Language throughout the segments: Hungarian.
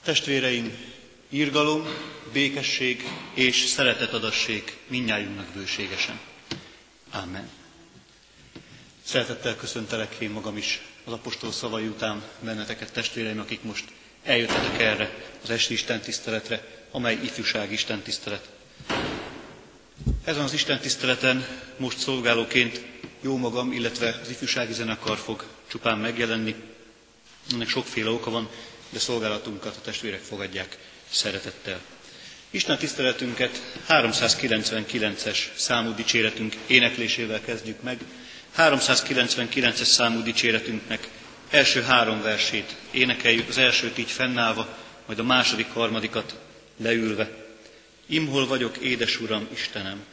Testvéreim, irgalom, békesség és szeretet adassék mindnyájunknak bőségesen. Amen. Szeretettel köszöntelek én magam is az apostol szavai után benneteket, testvéreim, akik most eljöttetek erre az esti istentiszteletre, amely ifjúsági istentisztelet. Ezen az istentiszteleten most szolgálóként jó magam, illetve az ifjúsági zenekar fog csupán megjelenni. Ennek sokféle oka van, de szolgálatunkat a testvérek fogadják szeretettel. Isten tiszteletünket 399-es számú dicséretünk éneklésével kezdjük meg. 399-es számú dicséretünknek első 3 versét énekeljük, az elsőt így fennállva, majd a második, harmadikat leülve. Imhol vagyok, édes Uram, Istenem!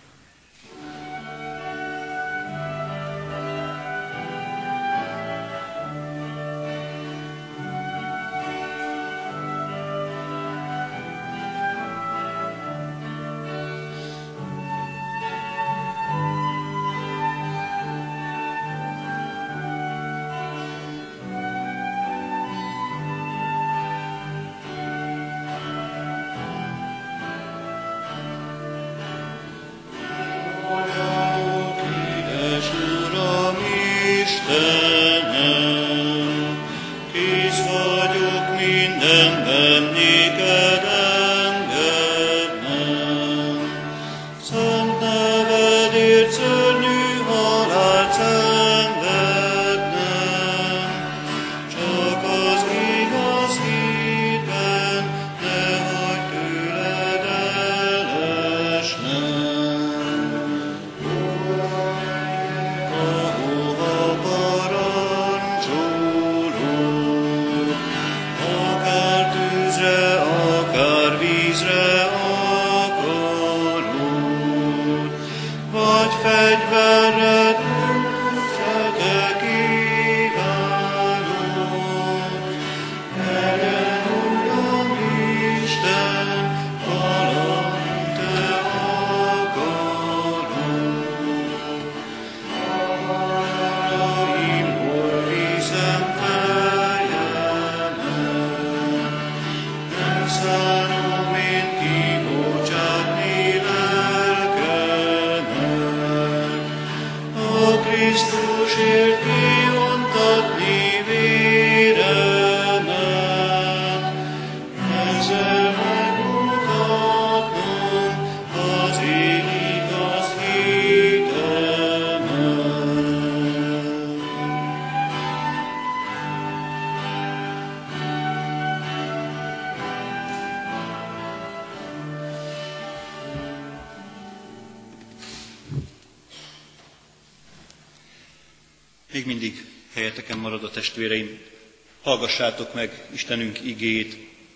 Még mindig helyeteken marad a testvéreim, hallgassátok meg Istenünk igéjét.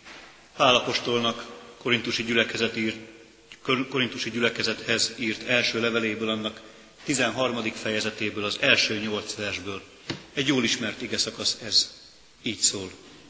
Pál apostolnak korintusi gyülekezethez írt első leveléből, annak 13. fejezetéből, az első 8 versből. Egy jól ismert igeszakasz ez, így szól.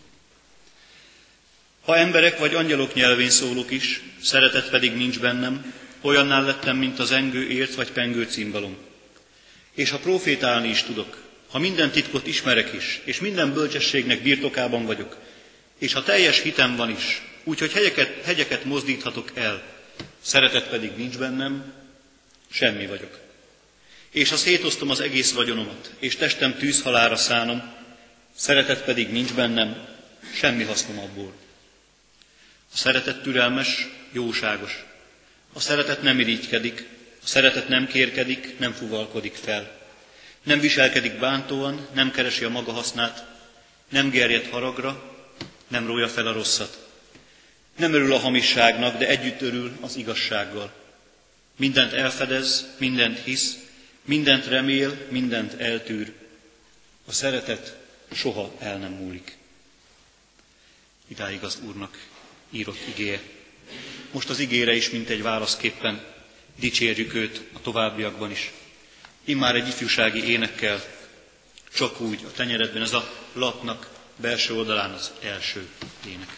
Ha emberek vagy angyalok nyelvén szólok is, szeretet pedig nincs bennem, olyannál lettem, mint a zengő ért vagy pengő cimbalom. És ha profétálni is tudok, ha minden titkot ismerek is, és minden bölcsességnek birtokában vagyok, és ha teljes hitem van is, úgyhogy hegyeket mozdíthatok el, szeretet pedig nincs bennem, semmi vagyok. És ha szétosztom az egész vagyonomat, és testem tűzhalálra szánom, szeretet pedig nincs bennem, semmi hasznom abból. A szeretet türelmes, jóságos. A szeretet nem irigykedik, a szeretet nem kérkedik, nem fuvalkodik fel. Nem viselkedik bántóan, nem keresi a maga hasznát, nem gerjed haragra, nem rója fel a rosszat. Nem örül a hamisságnak, de együtt örül az igazsággal. Mindent elfedez, mindent hisz, mindent remél, mindent eltűr. A szeretet soha el nem múlik. Idáig az Úrnak írott igéje. Most az igére is, mint egy válaszképpen dicsérjük őt a továbbiakban is. Immár egy ifjúsági énekkel, csak úgy a tenyeredben, ez a lapnak belső oldalán az első ének.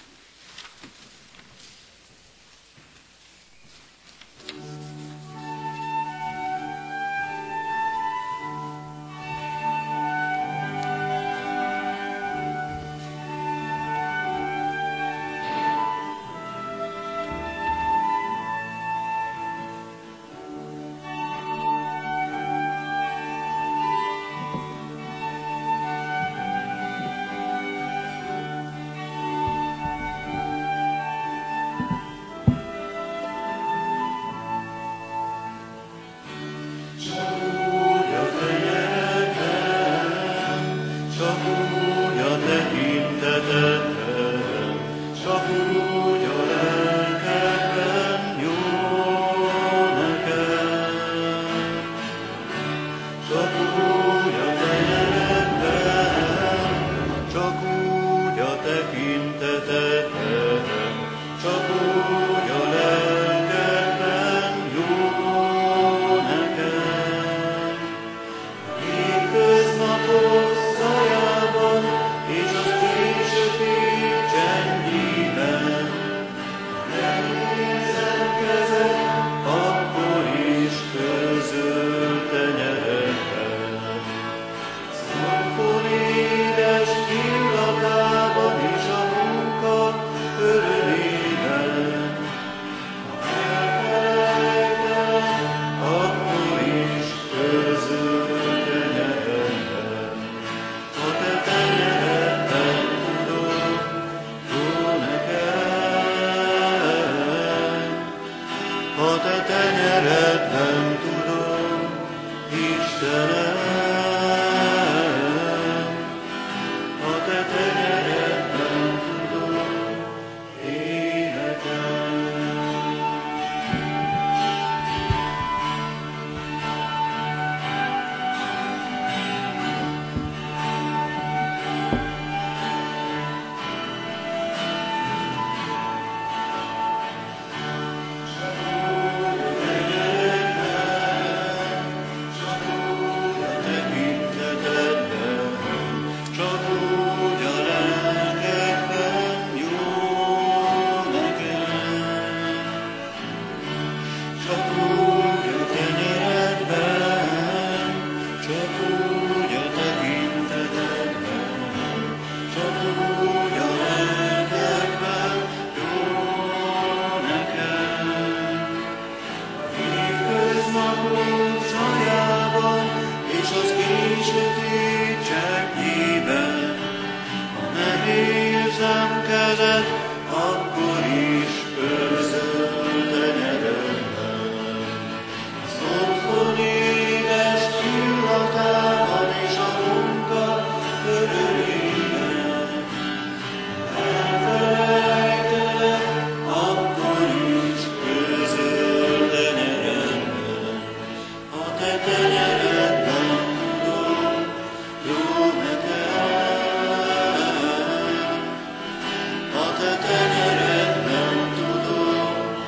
te tenyeredben tudom,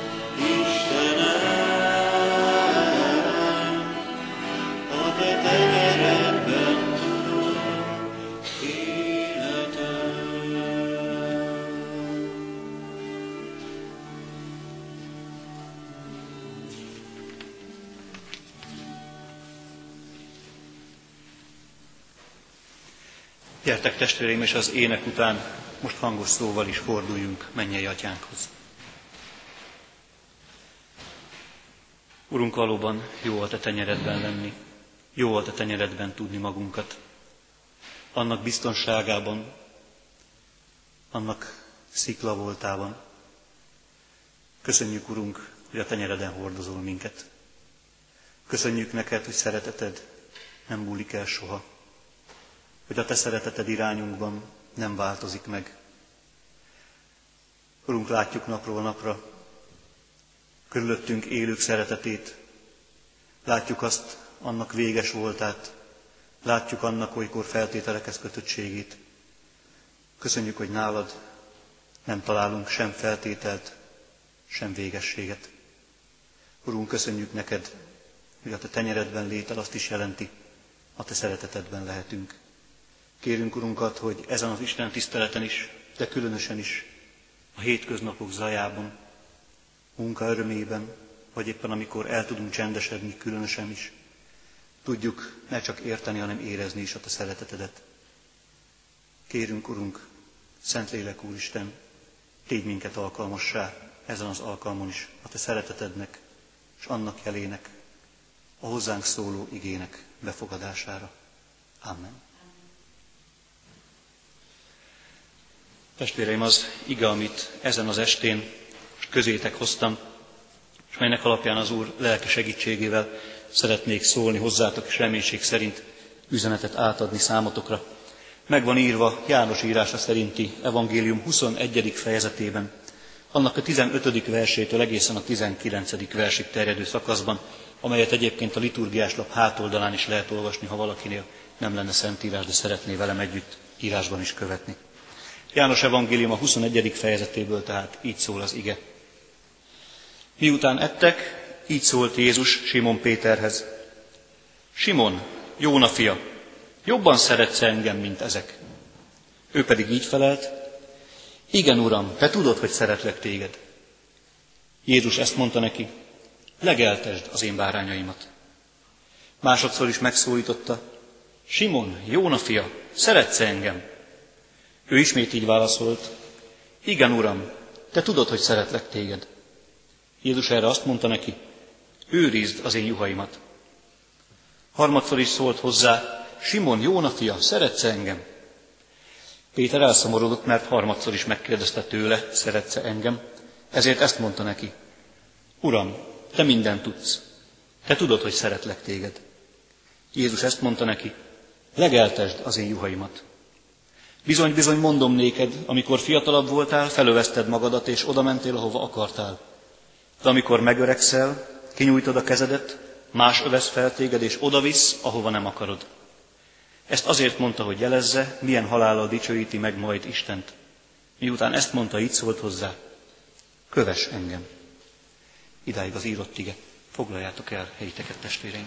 Istenem, a te tenyeredben tudom életem. Gyertek testvéreim, és az ének után most hangos szóval is forduljunk mennyei Atyánkhoz. Urunk, valóban jó a te tenyeredben lenni, jó a te tenyeredben tudni magunkat. Annak biztonságában, annak sziklavoltában. Köszönjük, Urunk, hogy a tenyereden hordozol minket. Köszönjük neked, hogy szereteted nem múlik el soha, hogy a te szereteted irányunkban nem változik meg. Urunk, látjuk napról napra körülöttünk élők szeretetét, látjuk azt, annak véges voltát, látjuk annak olykor feltételekhez kötöttségét. Köszönjük, hogy nálad nem találunk sem feltételt, sem végességet. Urunk, köszönjük neked, hogy a te tenyeredben létel azt is jelenti, a te szeretetedben lehetünk. Kérünk, Urunkat, hogy ezen az Isten tiszteleten is, de különösen is a hétköznapok zajában, munka örömében, vagy éppen amikor el tudunk csendesedni, különösen is, tudjuk ne csak érteni, hanem érezni is a te szeretetedet. Kérünk, Urunk, Szentlélek Úristen, tégy minket alkalmassá ezen az alkalmon is a te szeretetednek és annak jelének, a hozzánk szóló igének befogadására. Amen. Testvéreim, az ige, amit ezen az estén közétek hoztam, és melynek alapján az Úr lelki segítségével szeretnék szólni hozzátok, és reménység szerint üzenetet átadni számotokra. Meg van írva János írása szerinti evangélium 21. fejezetében, annak a 15. versétől egészen a 19. versig terjedő szakaszban, amelyet egyébként a liturgiás lap hátoldalán is lehet olvasni, ha valakinél nem lenne szentírás, de szeretné velem együtt írásban is követni. János evangélium a 21. fejezetéből tehát így szól az ige. Miután ettek, így szólt Jézus Simon Péterhez. Simon, Jóna fia, jobban szeretsz engem, mint ezek? Ő pedig így felelt, igen, Uram, te tudod, hogy szeretlek téged. Jézus ezt mondta neki, legeltesd az én bárányaimat. Másodszor is megszólította, Simon, Jóna fia, szeretsz engem? Ő ismét így válaszolt, igen, Uram, te tudod, hogy szeretlek téged. Jézus erre azt mondta neki, őrizd az én juhaimat. Harmadszor is szólt hozzá, Simon, Jóna fia, szeretsz engem? Péter elszomorodott, mert harmadszor is megkérdezte tőle, szeretsz engem, ezért ezt mondta neki, Uram, te mindent tudsz, te tudod, hogy szeretlek téged. Jézus ezt mondta neki, legeltesd az én juhaimat. Bizony, bizony mondom néked, amikor fiatalabb voltál, felövezted magadat, és oda mentél, ahova akartál. De amikor megöregszel, kinyújtod a kezedet, más övesz fel téged, és odavisz, ahova nem akarod. Ezt azért mondta, hogy jelezze, milyen halállal dicsőíti meg majd Istent. Miután ezt mondta, így szólt hozzá, kövess engem. Idáig az írott ige. Foglaljátok el helyiteket, testvéreim.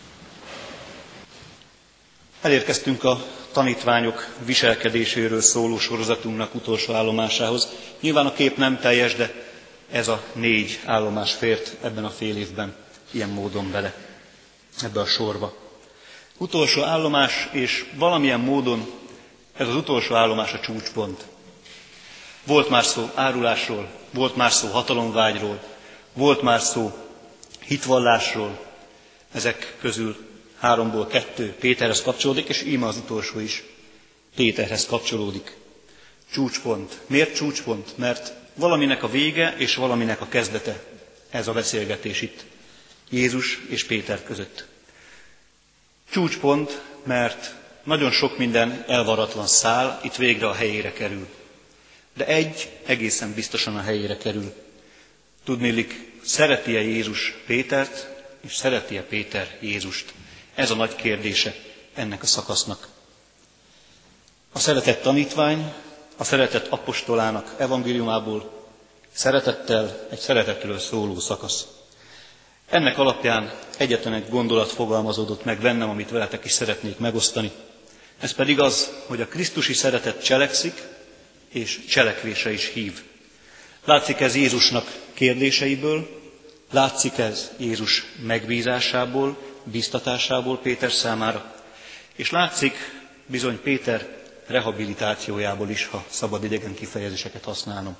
Elérkeztünk a tanítványok viselkedéséről szóló sorozatunknak utolsó állomásához. Nyilván a kép nem teljes, de ez a 4 állomás fért ebben a fél évben ilyen módon bele, ebbe a sorba. Utolsó állomás, és valamilyen módon ez az utolsó állomás a csúcspont. Volt már szó árulásról, volt már szó hatalomvágyról, volt már szó hitvallásról, ezek közül 3-ból 2 Péterhez kapcsolódik, és íme az utolsó is Péterhez kapcsolódik. Csúcspont. Miért csúcspont? Mert valaminek a vége és valaminek a kezdete ez a beszélgetés itt Jézus és Péter között. Csúcspont, mert nagyon sok minden elvaratlan szál itt végre a helyére kerül. De egy egészen biztosan a helyére kerül. Tudniillik, szereti-e Jézus Pétert, és szereti-e Péter Jézust? Ez a nagy kérdése ennek a szakasznak. A szeretett tanítvány, a szeretett apostolának evangéliumából, egy szeretetről szóló szakasz. Ennek alapján egyetlen egy gondolat fogalmazódott meg bennem, amit veletek is szeretnék megosztani. Ez pedig az, hogy a krisztusi szeretet cselekszik, és cselekvése is hív. Látszik ez Jézusnak kérdéseiből, látszik ez Jézus megbízásából, bíztatásából Péter számára, és látszik bizony Péter rehabilitációjából is, ha szabad idegen kifejezéseket használnom.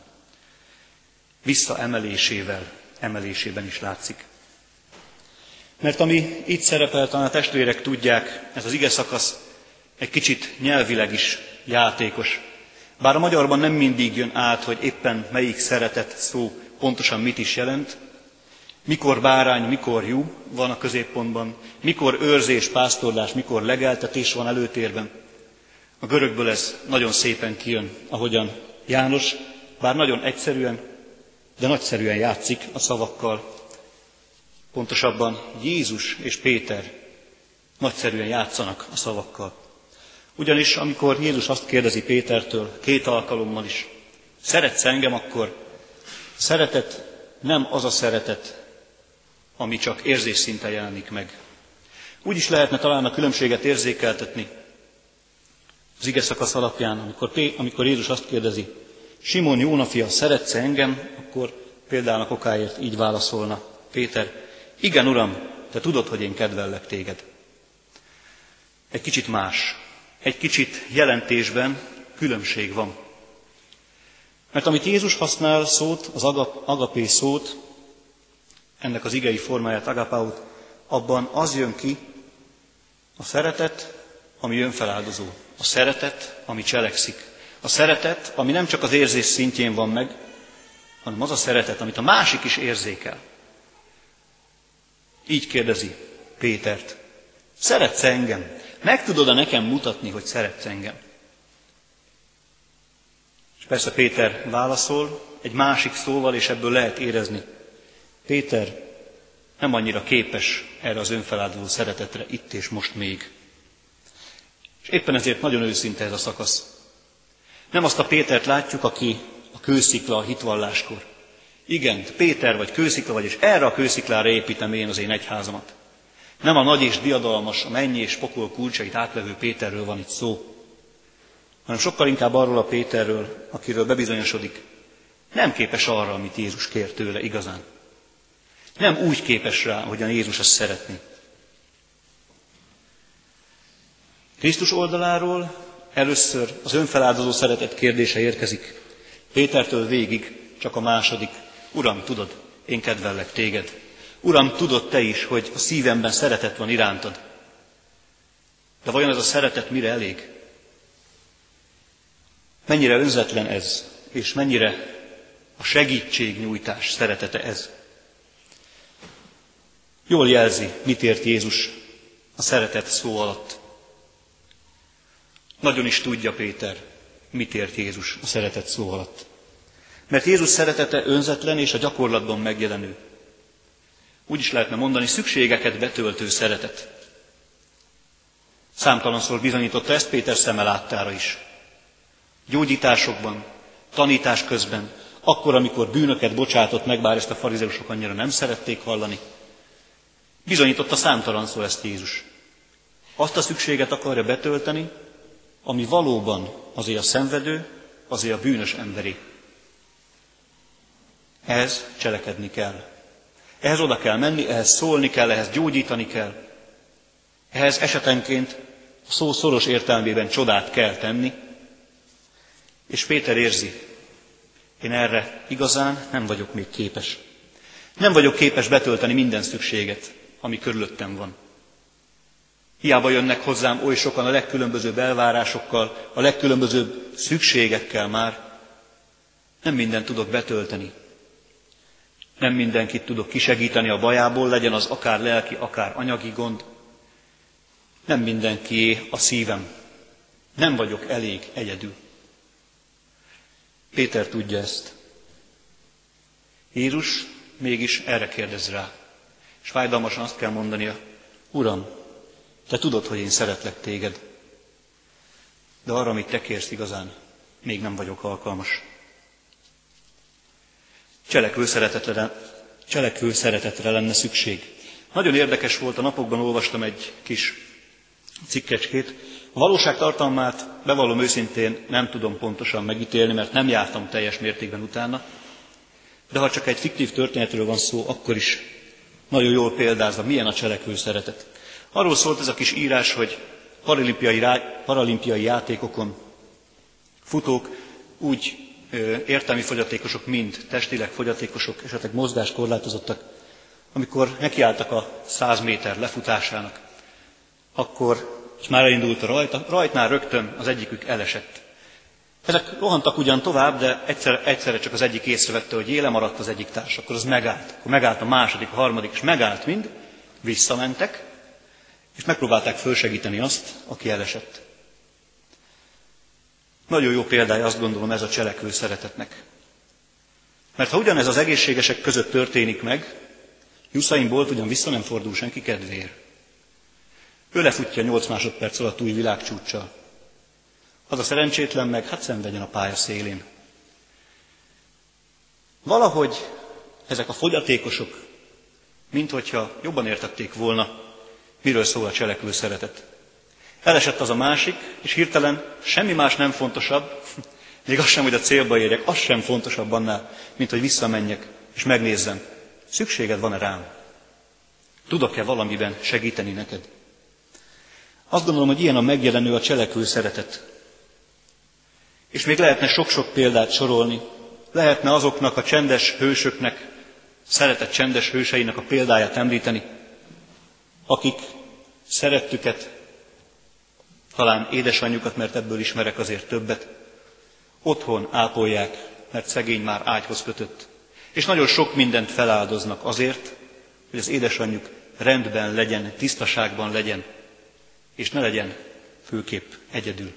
Emelésében is látszik. Mert ami itt szerepel, talán a testvérek tudják, ez az igeszakasz egy kicsit nyelvileg is játékos. Bár a magyarban nem mindig jön át, hogy éppen melyik szeretet szó pontosan mit is jelent. Mikor bárány, mikor jú van a középpontban, mikor őrzés, pásztorlás, mikor legeltetés van előtérben. A görögből ez nagyon szépen kijön, ahogyan János, bár nagyon egyszerűen, de nagyszerűen játszik a szavakkal. Pontosabban Jézus és Péter nagyszerűen játszanak a szavakkal. Ugyanis amikor Jézus azt kérdezi Pétertől 2 alkalommal is, szeretsz engem, akkor szeretet nem az a szeretet, ami csak érzésszinten jelenik meg. Úgy is lehetne talán a különbséget érzékeltetni az ige szakasz alapján, amikor Jézus azt kérdezi, Simon Jóna fia, szeretsz engem, akkor példának okáért így válaszolna Péter, igen, Uram, te tudod, hogy én kedvellek téged. Egy kicsit más, egy kicsit jelentésben különbség van. Mert amit Jézus használ szót, az agapé szót, ennek az igei formáját, agapáut, abban az jön ki, a szeretet, ami önfeláldozó, a szeretet, ami cselekszik, a szeretet, ami nem csak az érzés szintjén van meg, hanem az a szeretet, amit a másik is érzékel. Így kérdezi Pétert, szeretsz engem? Meg tudod-e nekem mutatni, hogy szeretsz engem? És persze Péter válaszol egy másik szóval, és ebből lehet érezni. Péter nem annyira képes erre az önfeláldozó szeretetre itt és most még. És éppen ezért nagyon őszinte ez a szakasz. Nem azt a Pétert látjuk, aki a kőszikla a hitvalláskor. Igen, Péter vagy kőszikla vagy, és erre a kősziklára építem én az én egyházamat. Nem a nagy és diadalmas, a menny és pokol kulcsait átvevő Péterről van itt szó, hanem sokkal inkább arról a Péterről, akiről bebizonyosodik, nem képes arra, amit Jézus kér tőle igazán. Nem úgy képes rá, ahogyan Jézus azt szeretné. Krisztus oldaláról először az önfeláldozó szeretet kérdése érkezik. Pétertől végig csak a második. Uram, tudod, én kedvellek téged. Uram, tudod te is, hogy a szívemben szeretet van irántad. De vajon ez a szeretet mire elég? Mennyire önzetlen ez, és mennyire a segítségnyújtás szeretete ez? Jól jelzi, mit ért Jézus a szeretet szó alatt. Nagyon is tudja Péter, mit ért Jézus a szeretet szó alatt. Mert Jézus szeretete önzetlen és a gyakorlatban megjelenő. Úgy is lehetne mondani, szükségeket betöltő szeretet. Számtalanszor bizonyította ezt Péter szeme láttára is. Gyógyításokban, tanítás közben, akkor, amikor bűnöket bocsátott meg, bár ezt a farizeusok annyira nem szerették hallani, bizonyította számtalanszor ezt Jézus. Azt a szükséget akarja betölteni, ami valóban azért a szenvedő, azért a bűnös emberi. Ehhez cselekedni kell. Ehhez oda kell menni, ehhez szólni kell, ehhez gyógyítani kell. Ehhez esetenként a szó szoros értelmében csodát kell tenni. És Péter érzi, én erre igazán nem vagyok még képes. Nem vagyok képes betölteni minden szükséget, ami körülöttem van. Hiába jönnek hozzám oly sokan a legkülönbözőbb elvárásokkal, a legkülönbözőbb szükségekkel már. Nem mindent tudok betölteni. Nem mindenkit tudok kisegíteni a bajából, legyen az akár lelki, akár anyagi gond. Nem mindenkié a szívem. Nem vagyok elég egyedül. Péter tudja ezt. Jézus mégis erre kérdez rá. És fájdalmasan azt kell mondania, Uram, te tudod, hogy én szeretlek téged. De arra, amit te kérsz igazán, még nem vagyok alkalmas. Cselekvő szeretetre lenne szükség. Nagyon érdekes volt, a napokban olvastam egy kis cikkecskét. A valóság tartalmát, bevallom őszintén, nem tudom pontosan megítélni, mert nem jártam teljes mértékben utána, de ha csak egy fiktív történetről van szó, akkor is nagyon jól példázza, milyen a cselekvő szeretet. Arról szólt ez a kis írás, hogy paralimpiai játékokon futók, úgy értelmi fogyatékosok, mint testileg fogyatékosok, esetleg mozgáskorlátozottak, amikor nekiálltak a 100 méter lefutásának, akkor, és már elindult a rajtnál rögtön az egyikük elesett. Ezek rohantak ugyan tovább, de egyszerre csak az egyik észrevette, hogy éle maradt az egyik társ, akkor az megállt. Akkor megállt a második, a harmadik, és megállt mind, visszamentek, és megpróbálták fölsegíteni azt, aki elesett. Nagyon jó példája, azt gondolom, ez a cselekvő szeretetnek. Mert ha ugyanez az egészségesek között történik meg, Usain Bolt ugyan vissza nem fordul senki kedvéért. Ő lefutja 8 másodperc alatt új világcsúccsal. Az a szerencsétlen meg, szenvedjen a pálya szélén. Valahogy ezek a fogyatékosok, minthogyha jobban értették volna, miről szól a cselekvő szeretet. Elesett az a másik, és hirtelen semmi más nem fontosabb, még az sem, hogy a célba érjek, az sem fontosabb annál, mint hogy visszamenjek, és megnézzem, szükséged van-e rám? Tudok-e valamiben segíteni neked? Azt gondolom, hogy ilyen a megjelenő a cselekvő szeretet. És még lehetne sok-sok példát sorolni, lehetne azoknak a csendes hősöknek, szeretett csendes hőseinek a példáját említeni, akik szerettüket, talán édesanyjukat, mert ebből ismerek azért többet, otthon ápolják, mert szegény már ágyhoz kötött. És nagyon sok mindent feláldoznak azért, hogy az édesanyjuk rendben legyen, tisztaságban legyen, és ne legyen főképp egyedül.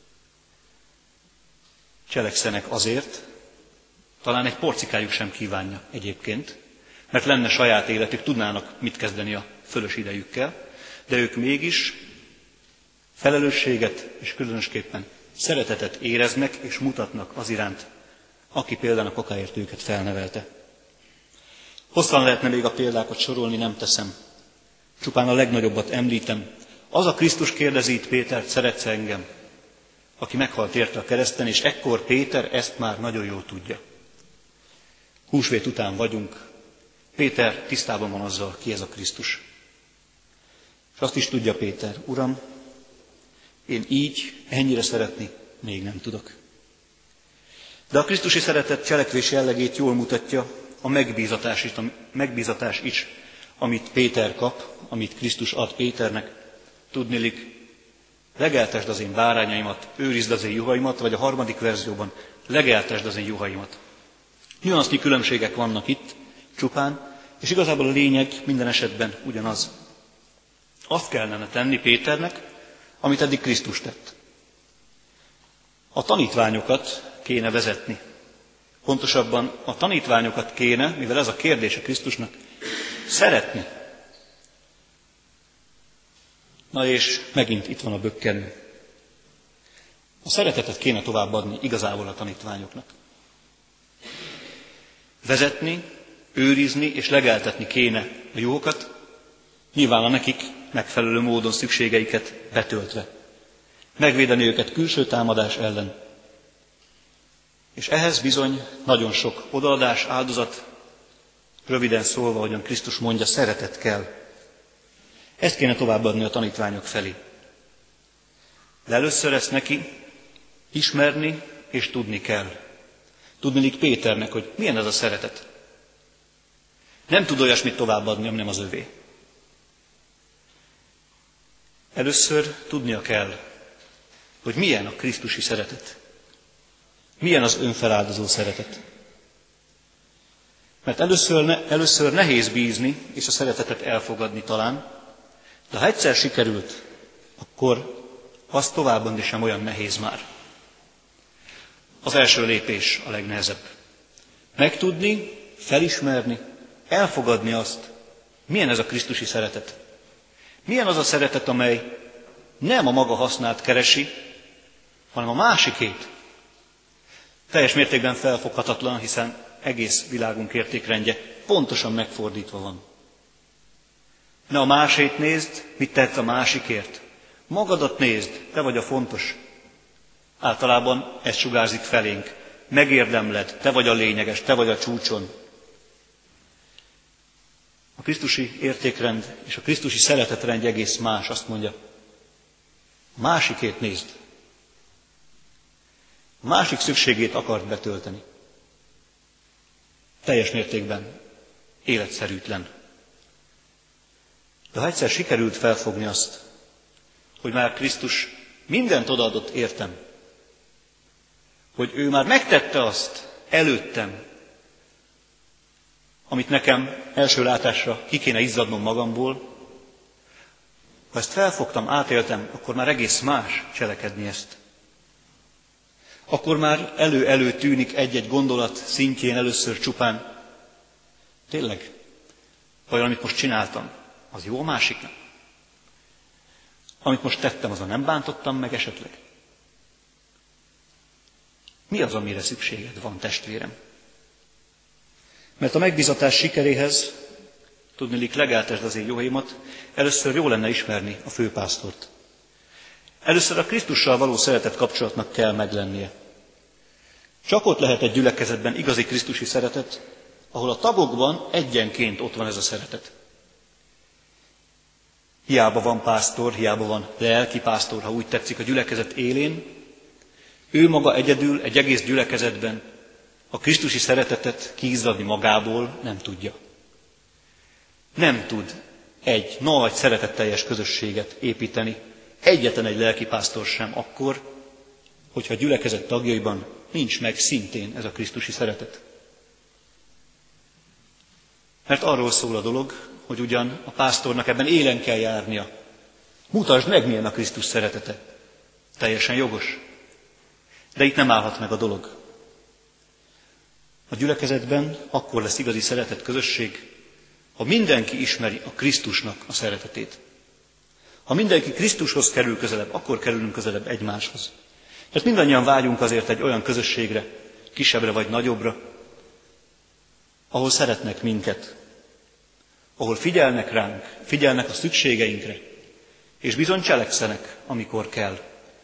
Cselekszenek azért, talán egy porcikájuk sem kívánja egyébként, mert lenne saját életük, tudnának mit kezdeni a fölös idejükkel, de ők mégis felelősséget és különösképpen szeretetet éreznek és mutatnak az iránt, aki példának okáért őket felnevelte. Hosszan lehetne még a példákat sorolni, nem teszem. Csupán a legnagyobbat említem. Az a Krisztus kérdezi itt Pétert, szeretsz engem, aki meghalt érte a kereszten, és ekkor Péter ezt már nagyon jól tudja. Húsvét után vagyunk, Péter tisztában van azzal, ki ez a Krisztus. És azt is tudja Péter, Uram, én így, ennyire szeretni még nem tudok. De a krisztusi szeretet cselekvés jellegét jól mutatja a megbízatás is, amit Péter kap, amit Krisztus ad Péternek. Tudniillik, legeltesd az én bárányaimat, őrizd az én juhaimat, vagy a harmadik verzióban, legeltesd az én juhaimat. Nüansznyi különbségek vannak itt csupán, és igazából a lényeg minden esetben ugyanaz. Azt kellene tenni Péternek, amit eddig Krisztus tett. A tanítványokat kéne vezetni. Pontosabban a tanítványokat kéne, mivel ez a kérdése Krisztusnak, szeretni. Na és megint itt van a bökkenő. A szeretetet kéne továbbadni igazából a tanítványoknak. Vezetni, őrizni és legeltetni kéne a juhokat, nyilván a nekik megfelelő módon szükségeiket betöltve. Megvédeni őket külső támadás ellen. És ehhez bizony nagyon sok odaadás, áldozat, röviden szólva, ahogyan Krisztus mondja, szeretet kell. Ezt kéne továbbadni a tanítványok felé. De először ezt neki ismerni és tudni kell. Tudniillik Péternek, hogy milyen ez a szeretet. Nem tud olyasmit továbbadni, ami nem az övé. Először tudnia kell, hogy milyen a krisztusi szeretet. Milyen az önfeláldozó szeretet. Mert először nehéz bízni, és a szeretetet elfogadni talán, de ha egyszer sikerült, akkor az továbbadni sem olyan nehéz már. Az első lépés a legnehezebb. Megtudni, felismerni, elfogadni azt, milyen ez a krisztusi szeretet. Milyen az a szeretet, amely nem a maga hasznát keresi, hanem a másikét. Teljes mértékben felfoghatatlan, hiszen egész világunk értékrendje pontosan megfordítva van. Ne a másét nézd, mit tehetsz a másikért. Magadat nézd, te vagy a fontos. Általában ez sugárzik felénk. Megérdemled, te vagy a lényeges, te vagy a csúcson. A krisztusi értékrend és a krisztusi szeretetrend egész más, azt mondja. A másikét nézd. A másik szükségét akart betölteni. Teljes mértékben életszerűtlen. De ha egyszer sikerült felfogni azt, hogy már Krisztus mindent odaadott értem, hogy ő már megtette azt előttem, amit nekem első látásra ki kéne izzadnom magamból, ha ezt felfogtam, átéltem, akkor már egész más cselekedni ezt. Akkor már elő-elő tűnik egy-egy gondolat szintjén először csupán. Tényleg? Vajon amit most csináltam, az jó a másiknak? Amit most tettem, azon nem bántottam meg esetleg? Mi az, amire szükséged van, testvérem? Mert a megbízatás sikeréhez, tudniillik, legeltesd az én juhaimat, először jó lenne ismerni a főpásztort. Először a Krisztussal való szeretet kapcsolatnak kell meglennie. Csak ott lehet egy gyülekezetben igazi krisztusi szeretet, ahol a tagokban egyenként ott van ez a szeretet. Hiába van pásztor, hiába van lelki pásztor, ha úgy tetszik, a gyülekezet élén, ő maga egyedül egy egész gyülekezetben a krisztusi szeretetet kiizzadni magából nem tudja. Nem tud egy nagy, szeretetteljes közösséget építeni, egyetlen egy lelkipásztor sem akkor, hogyha a gyülekezet tagjaiban nincs meg szintén ez a krisztusi szeretet. Mert arról szól a dolog, hogy ugyan a pásztornak ebben élen kell járnia. Mutasd meg, milyen a Krisztus szeretete. Teljesen jogos. De itt nem állhat meg a dolog. A gyülekezetben akkor lesz igazi szeretet közösség, ha mindenki ismeri a Krisztusnak a szeretetét. Ha mindenki Krisztushoz kerül közelebb, akkor kerülünk közelebb egymáshoz. Mert mindannyian vágyunk azért egy olyan közösségre, kisebbre vagy nagyobbra, ahol szeretnek minket, ahol figyelnek ránk, figyelnek a szükségeinkre, és bizony cselekszenek, amikor kell.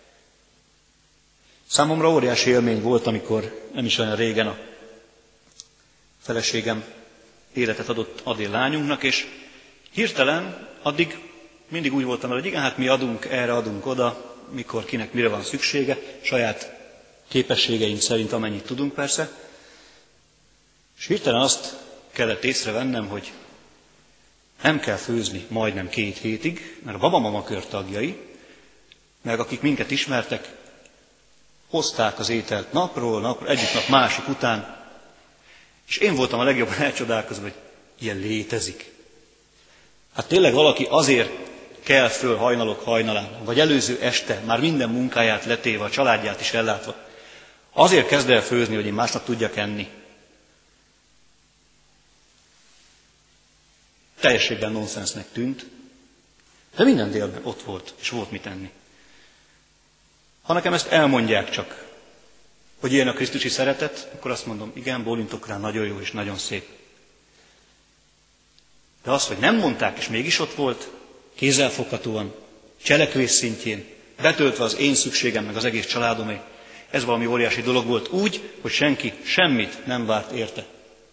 Számomra óriási élmény volt, amikor nem is olyan régen a feleségem életet adott Adél lányunknak, és hirtelen addig mindig úgy voltam vele, hogy igen, hát mi adunk erre, adunk oda, mikor kinek mire van szüksége, saját képességeink szerint, amennyit tudunk persze. És hirtelen azt kellett észrevennem, hogy nem kell főzni majdnem 2 hétig, mert a babamama kör tagjai, meg akik minket ismertek, hozták az ételt napról napra, egyik nap másik után, és én voltam a legjobban elcsodálkozva, hogy ilyen létezik. Hát tényleg valaki azért kell föl hajnalok hajnalán, vagy előző este, már minden munkáját letéve, a családját is ellátva, azért kezd el főzni, hogy én másnap tudjak enni. Teljességben nonsensnek tűnt, de minden délben ott volt, és volt mit enni. Ha nekem ezt elmondják csak, hogy ilyen a krisztusi szeretet, akkor azt mondom, igen, bólintok rá, nagyon jó és nagyon szép. De azt, hogy nem mondták, és mégis ott volt, kézzelfoghatóan, cselekvés szintjén, betöltve az én szükségem, meg az egész családomé, ez valami óriási dolog volt úgy, hogy senki semmit nem várt érte.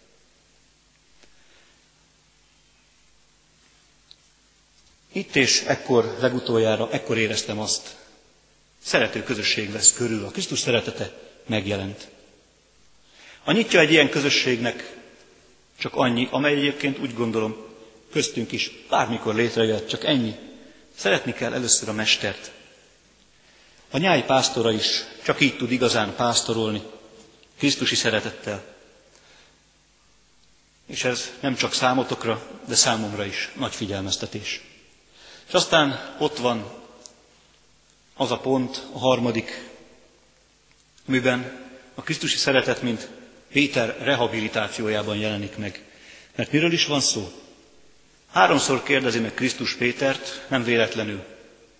Itt és ekkor, legutoljára, ekkor éreztem azt, szerető közösség vesz körül, a Krisztus szeretete megjelent. A nyitja egy ilyen közösségnek csak annyi, amely egyébként úgy gondolom, köztünk is bármikor létrejött, csak ennyi. Szeretni kell először a mestert. A nyáj pásztora is csak így tud igazán pásztorolni, krisztusi szeretettel. És ez nem csak számotokra, de számomra is nagy figyelmeztetés. És aztán ott van az a pont, a 3., amiben a krisztusi szeretet, mint Péter rehabilitációjában jelenik meg. Mert miről is van szó? 3-szor kérdezi meg Krisztus Pétert, nem véletlenül.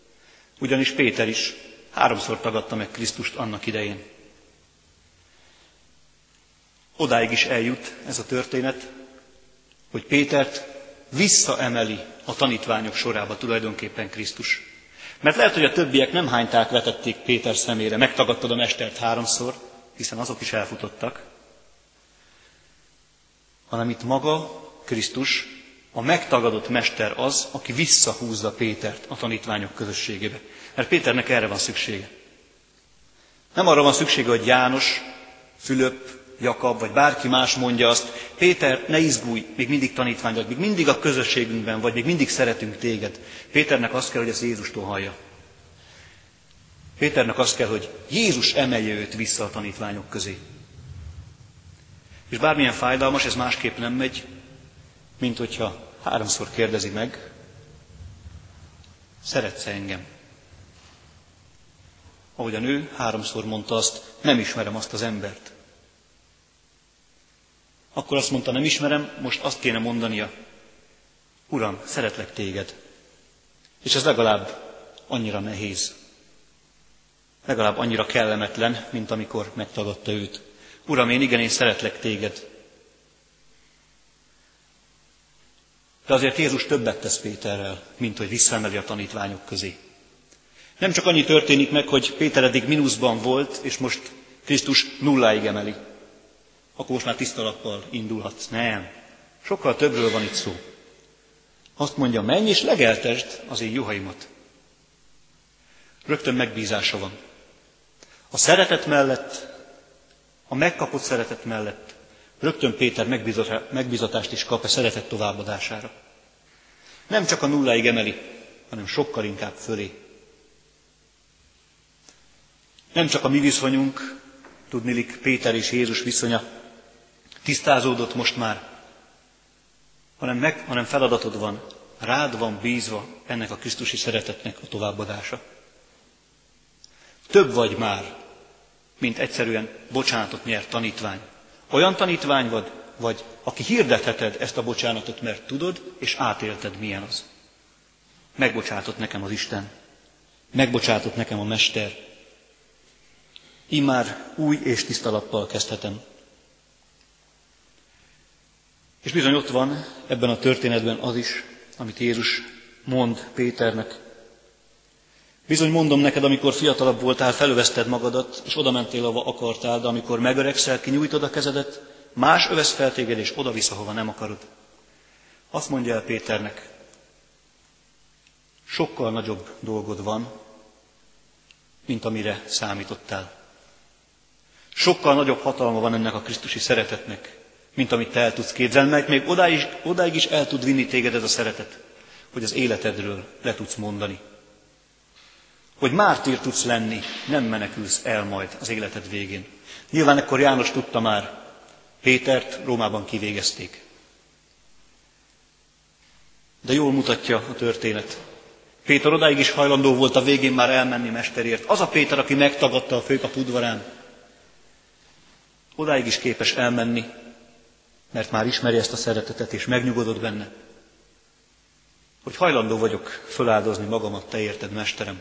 Ugyanis Péter is 3-szor tagadta meg Krisztust annak idején. odáig is eljut ez a történet, hogy Pétert visszaemeli a tanítványok sorába tulajdonképpen Krisztus. Mert lehet, hogy a többiek nem hányták vetették Péter szemére, megtagadtad a mestert 3-szor, hiszen azok is elfutottak, hanem itt maga Krisztus, a megtagadott mester az, aki visszahúzza Pétert a tanítványok közösségébe. Mert Péternek erre van szüksége. Nem arra van szüksége, hogy János, Fülöp, Jakab, vagy bárki más mondja azt, Péter, ne izgulj, még mindig tanítvány vagy, még mindig a közösségünkben vagy, még mindig szeretünk téged. Péternek azt kell, hogy ezt Jézustól hallja. Péternek azt kell, hogy Jézus emelje őt vissza a tanítványok közé. És bármilyen fájdalmas, ez másképp nem megy, mint hogyha 3-szor kérdezi meg, szeretsz engem? Ahogy a nő 3-szor mondta azt, nem ismerem azt az embert. Akkor azt mondta, nem ismerem, most azt kéne mondania, Uram, szeretlek téged. És ez legalább annyira nehéz. Legalább annyira kellemetlen, mint amikor megtagadta őt. Uram, én szeretlek téged. De azért Jézus többet tesz Péterrel, mint hogy visszaemeli a tanítványok közé. Nem csak annyi történik meg, hogy Péter eddig mínuszban volt, és most Krisztus 0-ig emeli. Akkor most már tiszta lappal indulhatsz. Nem. Sokkal többről van itt szó. Azt mondja, menj és legeltesd az én juhaimat. Rögtön megbízása van. A szeretet mellett, a megkapott szeretet mellett rögtön Péter megbízatást is kap a szeretet továbbadására. Nem csak a 0-ig emeli, hanem sokkal inkább fölé. Nem csak a mi viszonyunk, tudniillik Péter és Jézus viszonya tisztázódott most már, hanem feladatod van, rád van bízva ennek a krisztusi szeretetnek a továbbadása. Több vagy már, mint egyszerűen bocsánatot nyert tanítvány. Olyan tanítvány vagy, aki hirdetheted ezt a bocsánatot, mert tudod, és átélted, milyen az. Megbocsátott nekem az Isten. Megbocsátott nekem a Mester. Immár új és tiszta lappal kezdhetem. És bizony ott van ebben a történetben az is, amit Jézus mond Péternek. Bizony mondom neked, amikor fiatalabb voltál, felövezted magadat, és oda mentél, ahova akartál, de amikor megöregszel, kinyújtod a kezedet, más övesz fel téged, és oda visz, ahova nem akarod. Azt mondja el Péternek, sokkal nagyobb dolgod van, mint amire számítottál. Sokkal nagyobb hatalma van ennek a krisztusi szeretetnek, mint amit te el tudsz képzelni, mert még odáig is el tud vinni téged ez a szeretet, hogy az életedről le tudsz mondani. Hogy mártír tudsz lenni, nem menekülsz el majd az életed végén. Nyilván ekkor János tudta már, Pétert Rómában kivégezték. De jól mutatja a történet. Péter odáig is hajlandó volt a végén már elmenni mesterért. Az a Péter, aki megtagadta a főpap udvarán, odáig is képes elmenni, mert már ismeri ezt a szeretetet, és megnyugodott benne, hogy hajlandó vagyok föláldozni magamat, te érted, mesterem.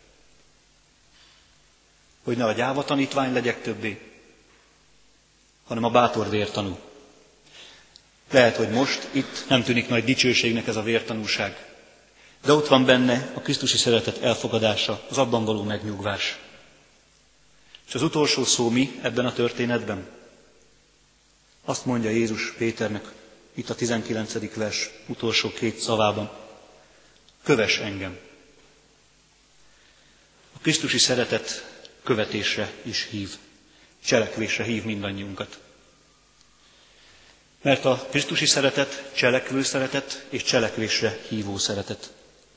Hogy ne a gyáva tanítvány legyek többé, hanem a bátor vértanú. Lehet, hogy most itt nem tűnik nagy dicsőségnek ez a vértanúság, de ott van benne a krisztusi szeretet elfogadása, az abban való megnyugvás. És az utolsó szó mi ebben a történetben? Azt mondja Jézus Péternek itt a 19. vers utolsó 2 szavában. Kövess engem. A krisztusi szeretet követésre is hív, cselekvésre hív mindannyiunkat. Mert a krisztusi szeretet cselekvő szeretet és cselekvésre hívó szeretet.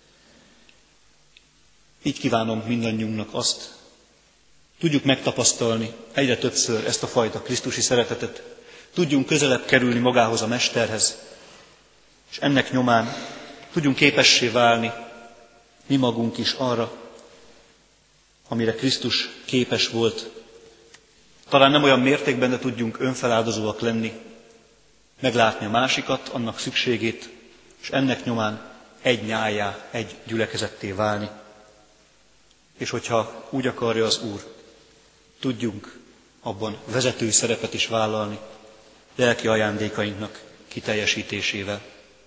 Így kívánom mindannyiunknak azt, tudjuk megtapasztalni egyre többször ezt a fajta krisztusi szeretetet, tudjunk közelebb kerülni magához a Mesterhez, és ennek nyomán tudjunk képessé válni mi magunk is arra, amire Krisztus képes volt. Talán nem olyan mértékben, de tudjunk önfeláldozóak lenni, meglátni a másikat, annak szükségét, és ennek nyomán egy nyáljá, egy gyülekezetté válni. És hogyha úgy akarja az Úr, tudjunk abban vezetői szerepet is vállalni, lelki ajándékainknak kiteljesítésével.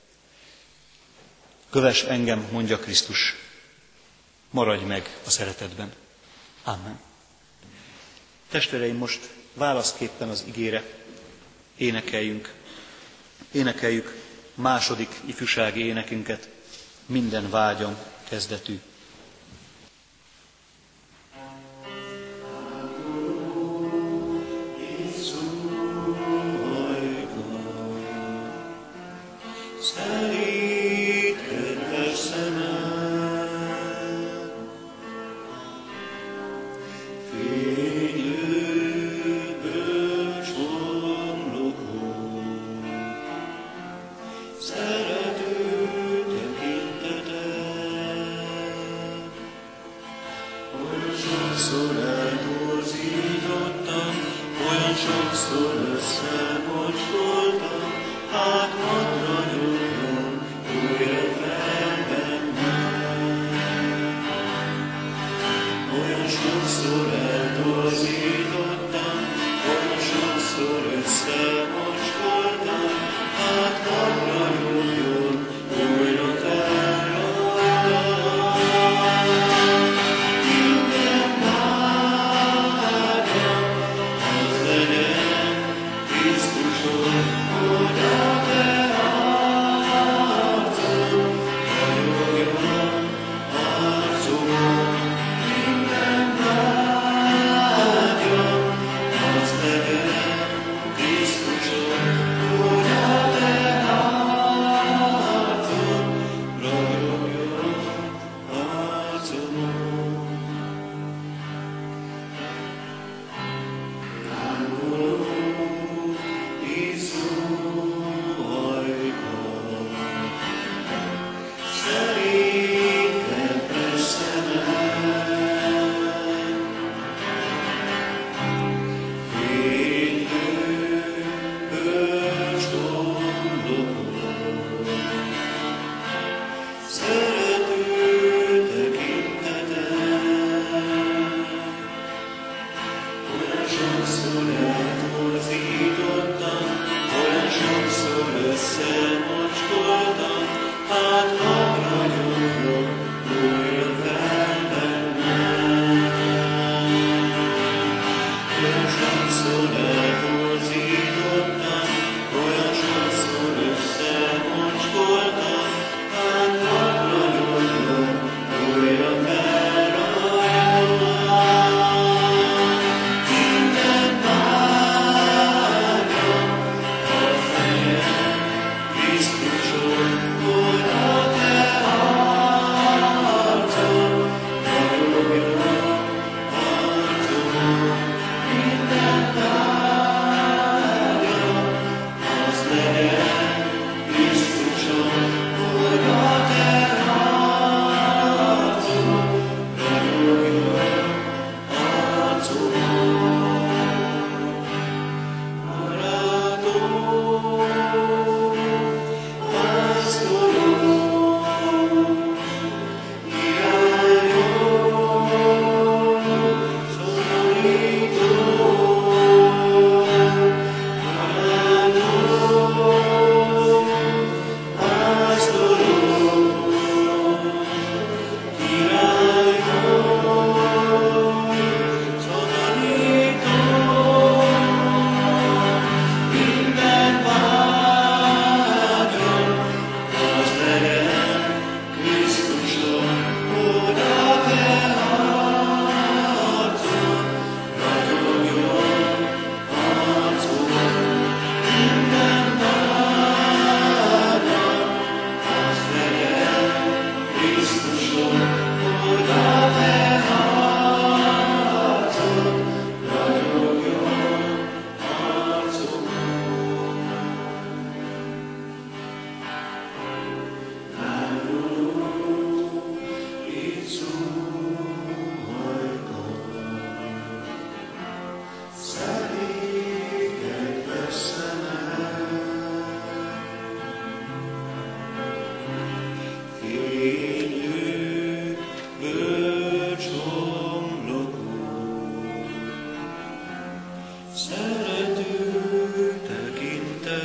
Kövess engem, mondja Krisztus, maradj meg a szeretetben. Amen. Testvéreim, most válaszképpen az igére énekeljük második ifjúsági énekünket, Minden vágyam kezdetű.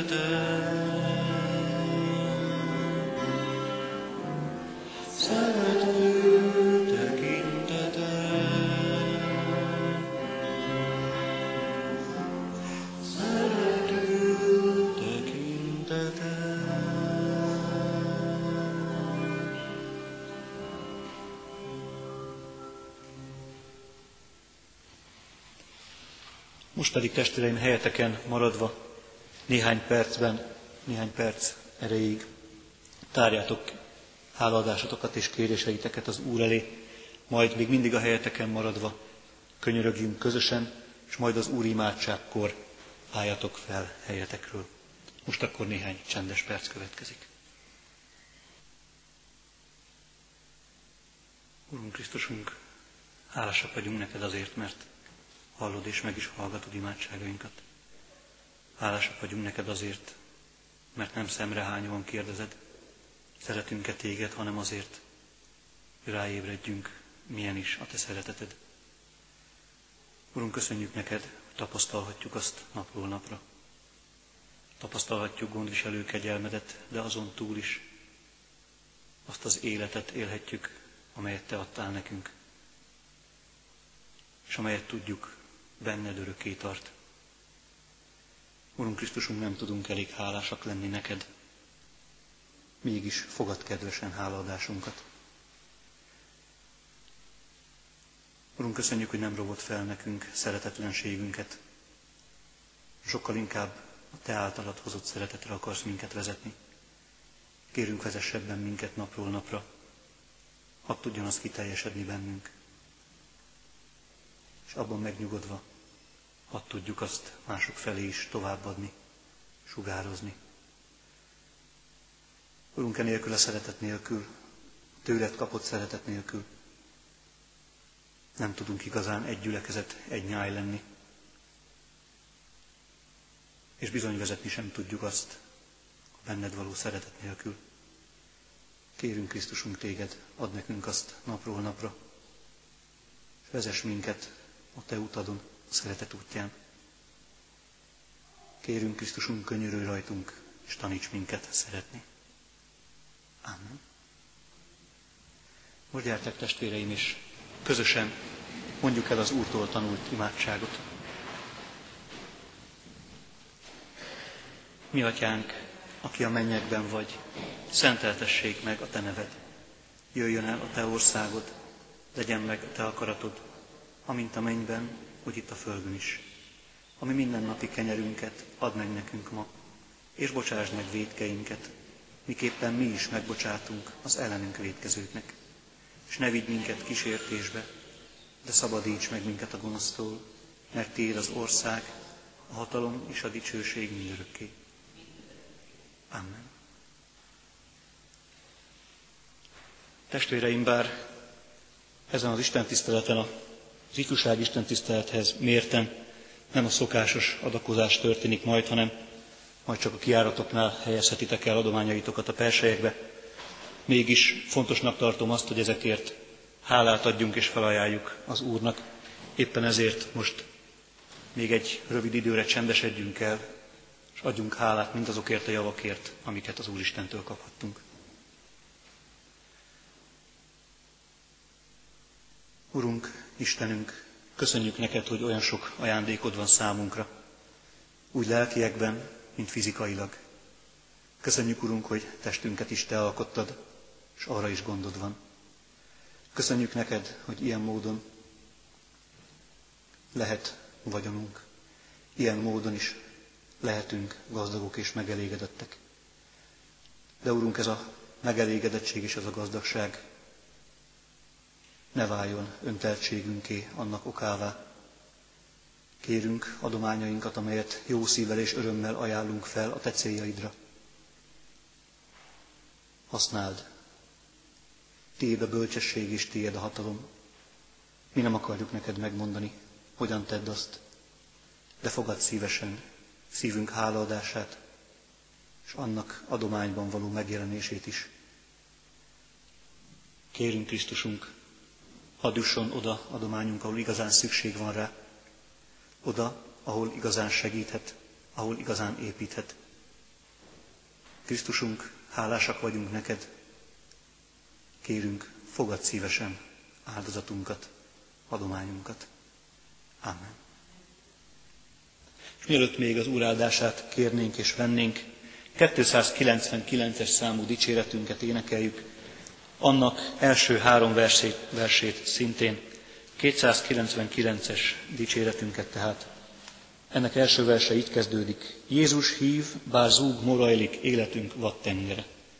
Most pedig, testvéreim, helyeteken maradva néhány perc erejéig tárjátok hálaadásotokat és kéréseiteket az Úr elé, majd még mindig a helyeteken maradva könyörögjünk közösen, és majd az Úr imádságkor álljatok fel helyetekről. Most akkor néhány csendes perc következik. Urunk Krisztusunk, hálásak vagyunk neked azért, mert hallod és meg is hallgatod imádságainkat. Hálásak vagyunk neked azért, mert nem szemrehányóan kérdezed, szeretünk-e téged, hanem azért, hogy ráébredjünk, milyen is a te szereteted. Urunk, köszönjük neked, hogy tapasztalhatjuk azt napról napra. Tapasztalhatjuk gondviselő kegyelmedet, de azon túl is azt az életet élhetjük, amelyet te adtál nekünk, és amelyet tudjuk, benned örökké tart. Urunk Krisztusunk, nem tudunk elég hálásak lenni neked, mégis fogad kedvesen hálaadásunkat. Urunk, köszönjük, hogy nem rovott fel nekünk szeretetlenségünket, sokkal inkább a te általad hozott szeretetre akarsz minket vezetni. Kérünk, vezess ebben minket napról napra, hadd tudjon az kiteljesedni bennünk, és abban megnyugodva, hadd tudjuk azt mások felé is továbbadni, sugározni. Urunk, enélkül a szeretet nélkül, tőled kapott szeretet nélkül nem tudunk igazán egy gyülekezet, egy nyáj lenni. És bizony vezetni sem tudjuk azt a benned való szeretet nélkül. Kérünk, Krisztusunk, téged, add nekünk azt napról napra, és vezess minket a te utadon, a szeretet útján. Kérünk, Krisztusunk, könyörülj rajtunk, és taníts minket szeretni. Amen. Most gyertek, testvéreim, és közösen mondjuk el az Úrtól tanult imádságot. Mi atyánk, aki a mennyekben vagy, szenteltessék meg a te neved. Jöjjön el a te országod, legyen meg a te akaratod, amint a mennyben, úgy itt a földön is. Ami mindennapi kenyerünket add meg nekünk ma, és bocsásd meg vétkeinket, miképpen mi is megbocsátunk az ellenünk vétkezőknek. És ne vigy minket kísértésbe, de szabadíts meg minket a gonosztól, mert tiéd az ország, a hatalom és a dicsőség mindörökké. Amen. Testvéreim, bár ezen az istentiszteleten, az ifjúság istentisztelethez mérten nem a szokásos adakozás történik majd, hanem majd csak a kijáratoknál helyezhetitek el adományaitokat a perselyekbe. Mégis fontosnak tartom azt, hogy ezekért hálát adjunk és felajánljuk az Úrnak. Éppen ezért most még egy rövid időre csendesedjünk el, és adjunk hálát mindazokért a javakért, amiket az Úristentől kaphattunk. Urunk, Istenünk, köszönjük neked, hogy olyan sok ajándékod van számunkra, úgy lelkiekben, mint fizikailag. Köszönjük, Urunk, hogy testünket is te alkottad, és arra is gondod van. Köszönjük neked, hogy ilyen módon lehet vagyonunk, ilyen módon is lehetünk gazdagok és megelégedettek. De Urunk, ez a megelégedettség és ez a gazdagság ne váljon önteltségünké, annak okává. Kérünk adományainkat, amelyet jó szívvel és örömmel ajánlunk fel a te céljaidra. Használd. Tiéd a bölcsesség és tiéd a hatalom. Mi nem akarjuk neked megmondani, hogyan tedd azt, de fogadd szívesen szívünk hálaadását, és annak adományban való megjelenését is. Kérünk, Krisztusunk, hadd jusson oda adományunk, ahol igazán szükség van rá, oda, ahol igazán segíthet, ahol igazán építhet. Krisztusunk, hálásak vagyunk neked. Kérünk, fogadd szívesen áldozatunkat, adományunkat. Amen. És mielőtt még az Úr áldását kérnénk és vennénk, 299-es számú dicséretünket énekeljük, annak első 3 versét szintén, 299-es dicséretünket tehát. Ennek első verse így kezdődik: Jézus hív, bár zúg morajlik életünk vadtengere.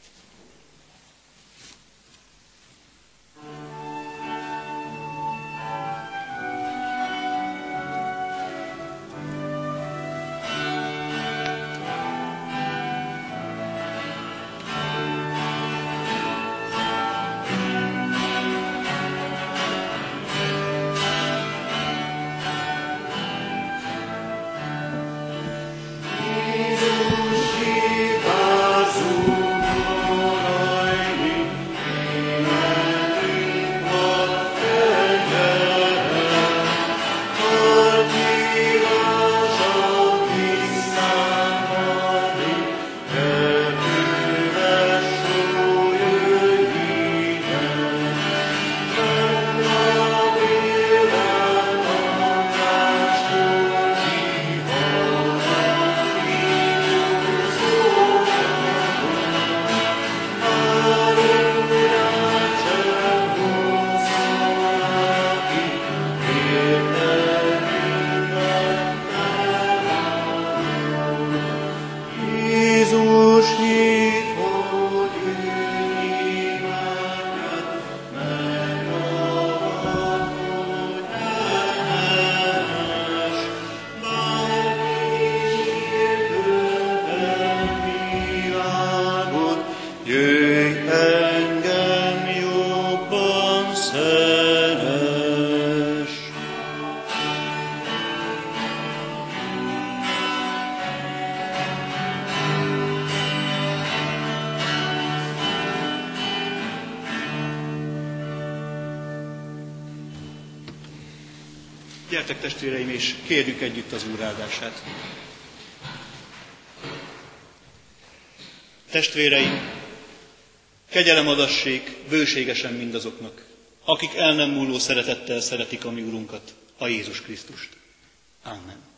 Gyertek testvéreim, és kérjük együtt az Úr áldását. Testvéreim, kegyelem adassék bőségesen mindazoknak, akik el nem múló szeretettel szeretik a mi Urunkat, a Jézus Krisztust. Amen.